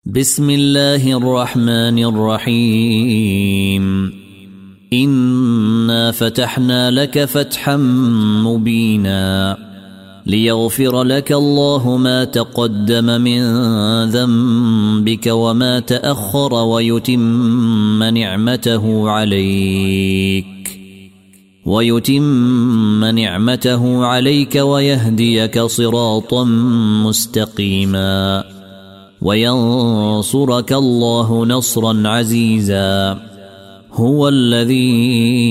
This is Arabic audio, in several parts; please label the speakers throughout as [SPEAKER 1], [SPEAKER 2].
[SPEAKER 1] بسم الله الرحمن الرحيم. إنا فتحنا لك فتحا مبينا ليغفر لك الله ما تقدم من ذنبك وما تأخر ويتم نعمته عليك ويهديك صراطا مستقيما وينصرك الله نصرا عزيزا. هو الذي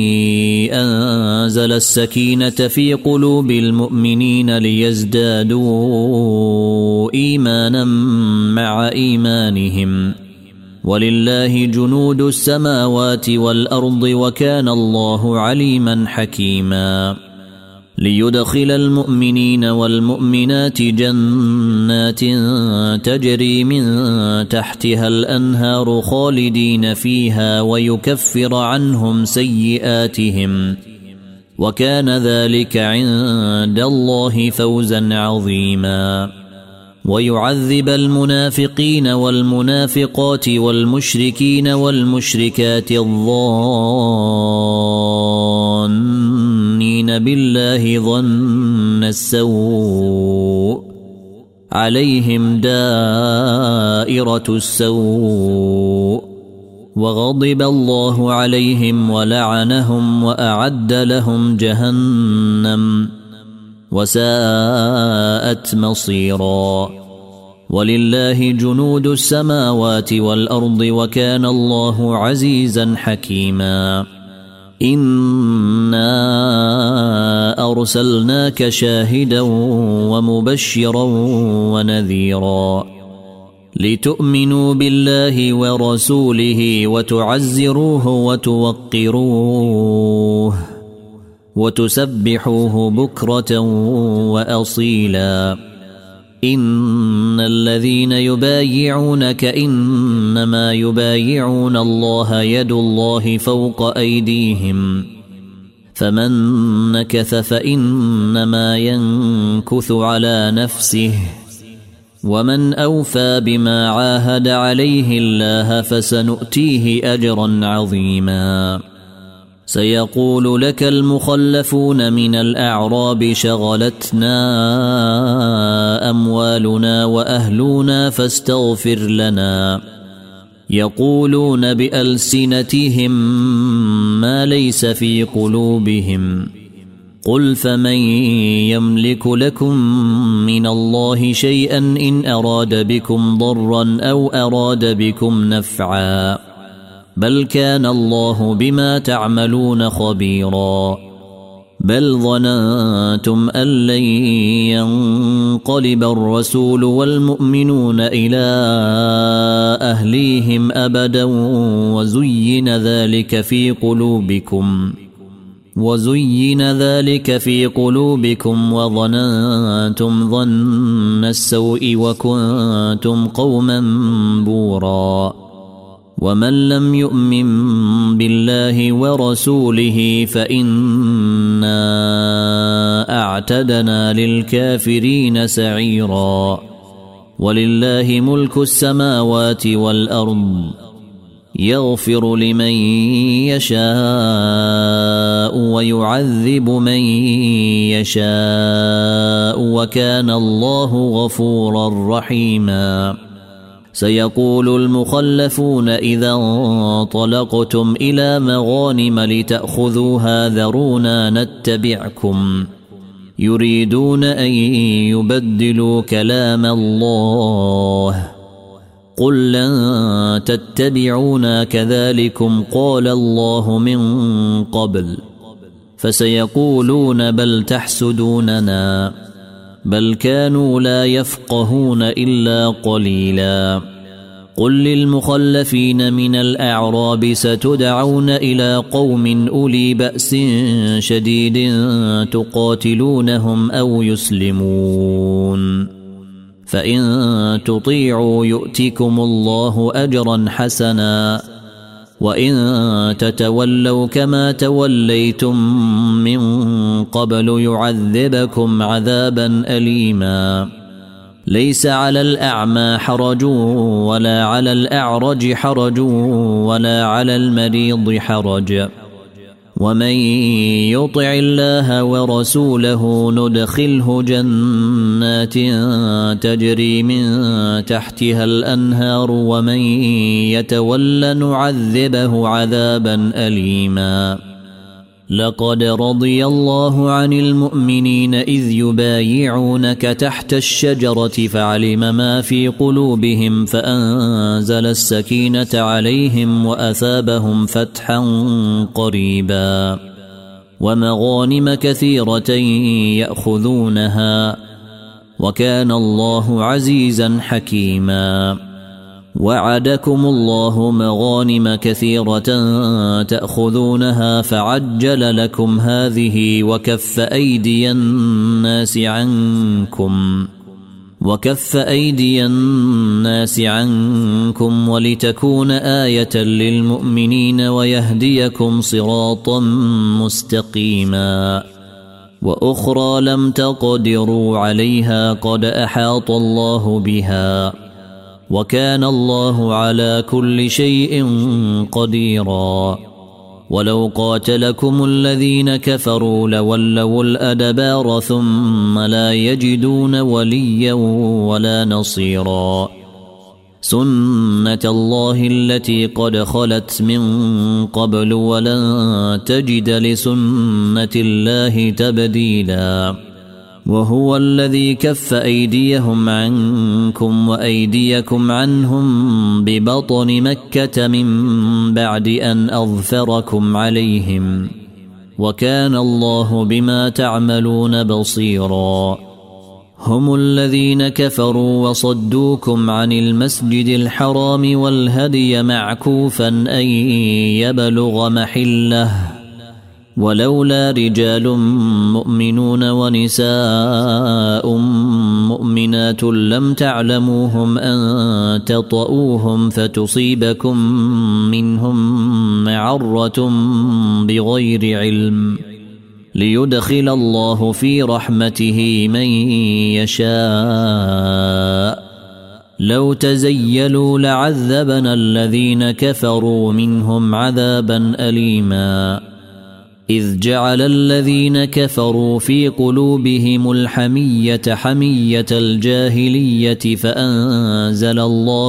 [SPEAKER 1] أنزل السكينة في قلوب المؤمنين ليزدادوا إيمانا مع إيمانهم ولله جنود السماوات والأرض وكان الله عليما حكيما. ليدخل المؤمنين والمؤمنات جنات تجري من تحتها الأنهار خالدين فيها ويكفر عنهم سيئاتهم وكان ذلك عند الله فوزا عظيما. ويعذب المنافقين والمنافقات والمشركين والمشركات الظانين بالله ظن السوء عليهم دائرة السوء وغضب الله عليهم ولعنهم وأعد لهم جهنم وساءت مصيرا. ولله جنود السماوات والأرض وكان الله عزيزا حكيما. إنا أرسلناك شاهدا ومبشرا ونذيرا لتؤمنوا بالله ورسوله وتعزروه وتوقروه وتسبحوه بكرة وأصيلا. إن الذين يبايعونك إنما يبايعون الله يد الله فوق أيديهم فمن نكث فإنما ينكث على نفسه ومن أوفى بما عاهد عليه الله فسنؤتيه أجرا عظيما. سيقول لك المخلفون من الأعراب شغلتنا أموالنا وأهلنا فاستغفر لنا يقولون بألسنتهم ما ليس في قلوبهم قل فمن يملك لكم من الله شيئا إن أراد بكم ضرا أو أراد بكم نفعا بل كان الله بما تعملون خبيرا. بل ظننتم أن لن ينقلب الرسول والمؤمنون إلى أهليهم أبدا وزين ذلك في قلوبكم وظننتم ظن السوء وكنتم قوما بورا. ومن لم يؤمن بالله ورسوله فإنا أعتدنا للكافرين سعيرا. ولله ملك السماوات والأرض يغفر لمن يشاء ويعذب من يشاء وكان الله غفورا رحيما. سيقول المخلفون إذا انطلقتم إلى مغانم لتأخذوها ذرونا نتبعكم يريدون أن يبدلوا كلام الله قل لن تتبعونا كذلكم قال الله من قبل فسيقولون بل تحسدوننا بل كانوا لا يفقهون إلا قليلا. قل للمخلفين من الأعراب ستدعون إلى قوم أولي بأس شديد تقاتلونهم أو يسلمون فإن تطيعوا يؤتكم الله أجرا حسنا وإن تتولوا كما توليتم من قبل يعذبكم عذابا أليما ليس على الأعمى حرج ولا على الأعرج حرج ولا على المريض حرج ومن يطع الله ورسوله ندخله جنات تجري من تحتها الأنهار ومن يتول نعذبه عذابا أليما لقد رضي الله عن المؤمنين إذ يبايعونك تحت الشجرة فعلم ما في قلوبهم فأنزل السكينة عليهم وأثابهم فتحا قريبا ومغانم كثيرة يأخذونها وكان الله عزيزا حكيما وعدكم الله مغانم كثيرة تأخذونها فعجل لكم هذه وكف أيدي الناس عنكم ولتكون آية للمؤمنين ويهديكم صراطا مستقيما وأخرى لم تقدروا عليها قد أحاط الله بها وكان الله على كل شيء قديرا ولو قاتلكم الذين كفروا لولوا الأدبار ثم لا يجدون وليا ولا نصيرا سنة الله التي قد خلت من قبل ولن تجد لسنة الله تبديلا وهو الذي كف أيديهم عنكم وأيديكم عنهم ببطن مكة من بعد أن أظفركم عليهم وكان الله بما تعملون بصيرا هم الذين كفروا وصدوكم عن المسجد الحرام والهدي معكوفا أن يبلغ محله ولولا رجال مؤمنون ونساء مؤمنات لم تعلموهم أن تطؤوهم فتصيبكم منهم معرة بغير علم ليدخل الله في رحمته من يشاء لو تزيلوا لعذبنا الذين كفروا منهم عذابا أليما إذ جعل الذين كفروا في قلوبهم الحمية حمية الجاهلية فأنزل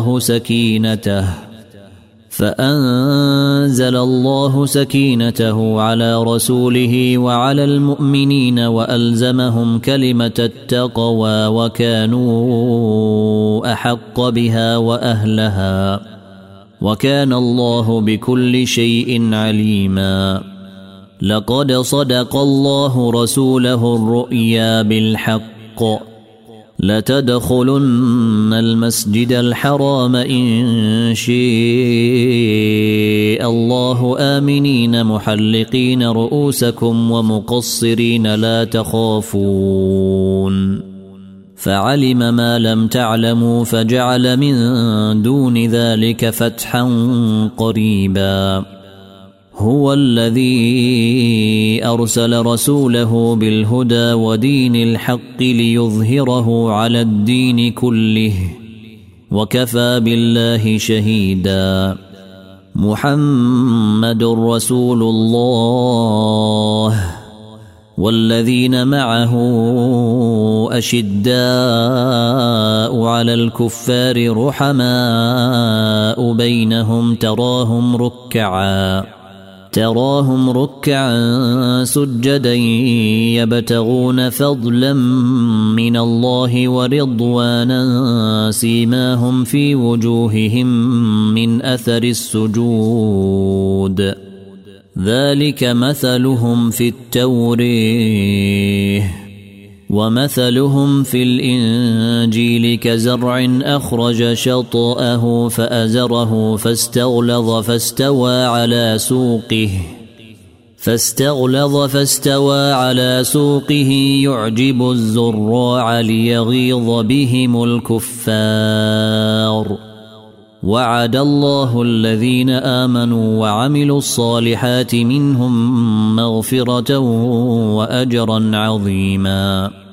[SPEAKER 1] الله سكينته على رسوله وعلى المؤمنين وألزمهم كلمة التقوى وكانوا أحق بها وأهلها وكان الله بكل شيء عليما لقد صدق الله رسوله الرؤيا بالحق لتدخلن المسجد الحرام إن شاء الله آمنين محلقين رؤوسكم ومقصرين لا تخافون فعلم ما لم تعلموا فجعل من دون ذلك فتحا قريبا هو الذي أرسل رسوله بالهدى ودين الحق ليظهره على الدين كله وكفى بالله شهيدا محمد رسول الله والذين معه أشداء على الكفار رحماء بينهم تراهم ركعا سجدا يبتغون فضلا من الله ورضوانا سيماهم في وجوههم من أثر السجود ذلك مثلهم في التوريه ومثلهم في الإنجيل كزرع أخرج شطأه فأزره فاستغلظ على سوقه يعجب الزراع ليغيظ بهم الكفار وعد الله الذين آمنوا وعملوا الصالحات منهم مغفرة وأجرا عظيما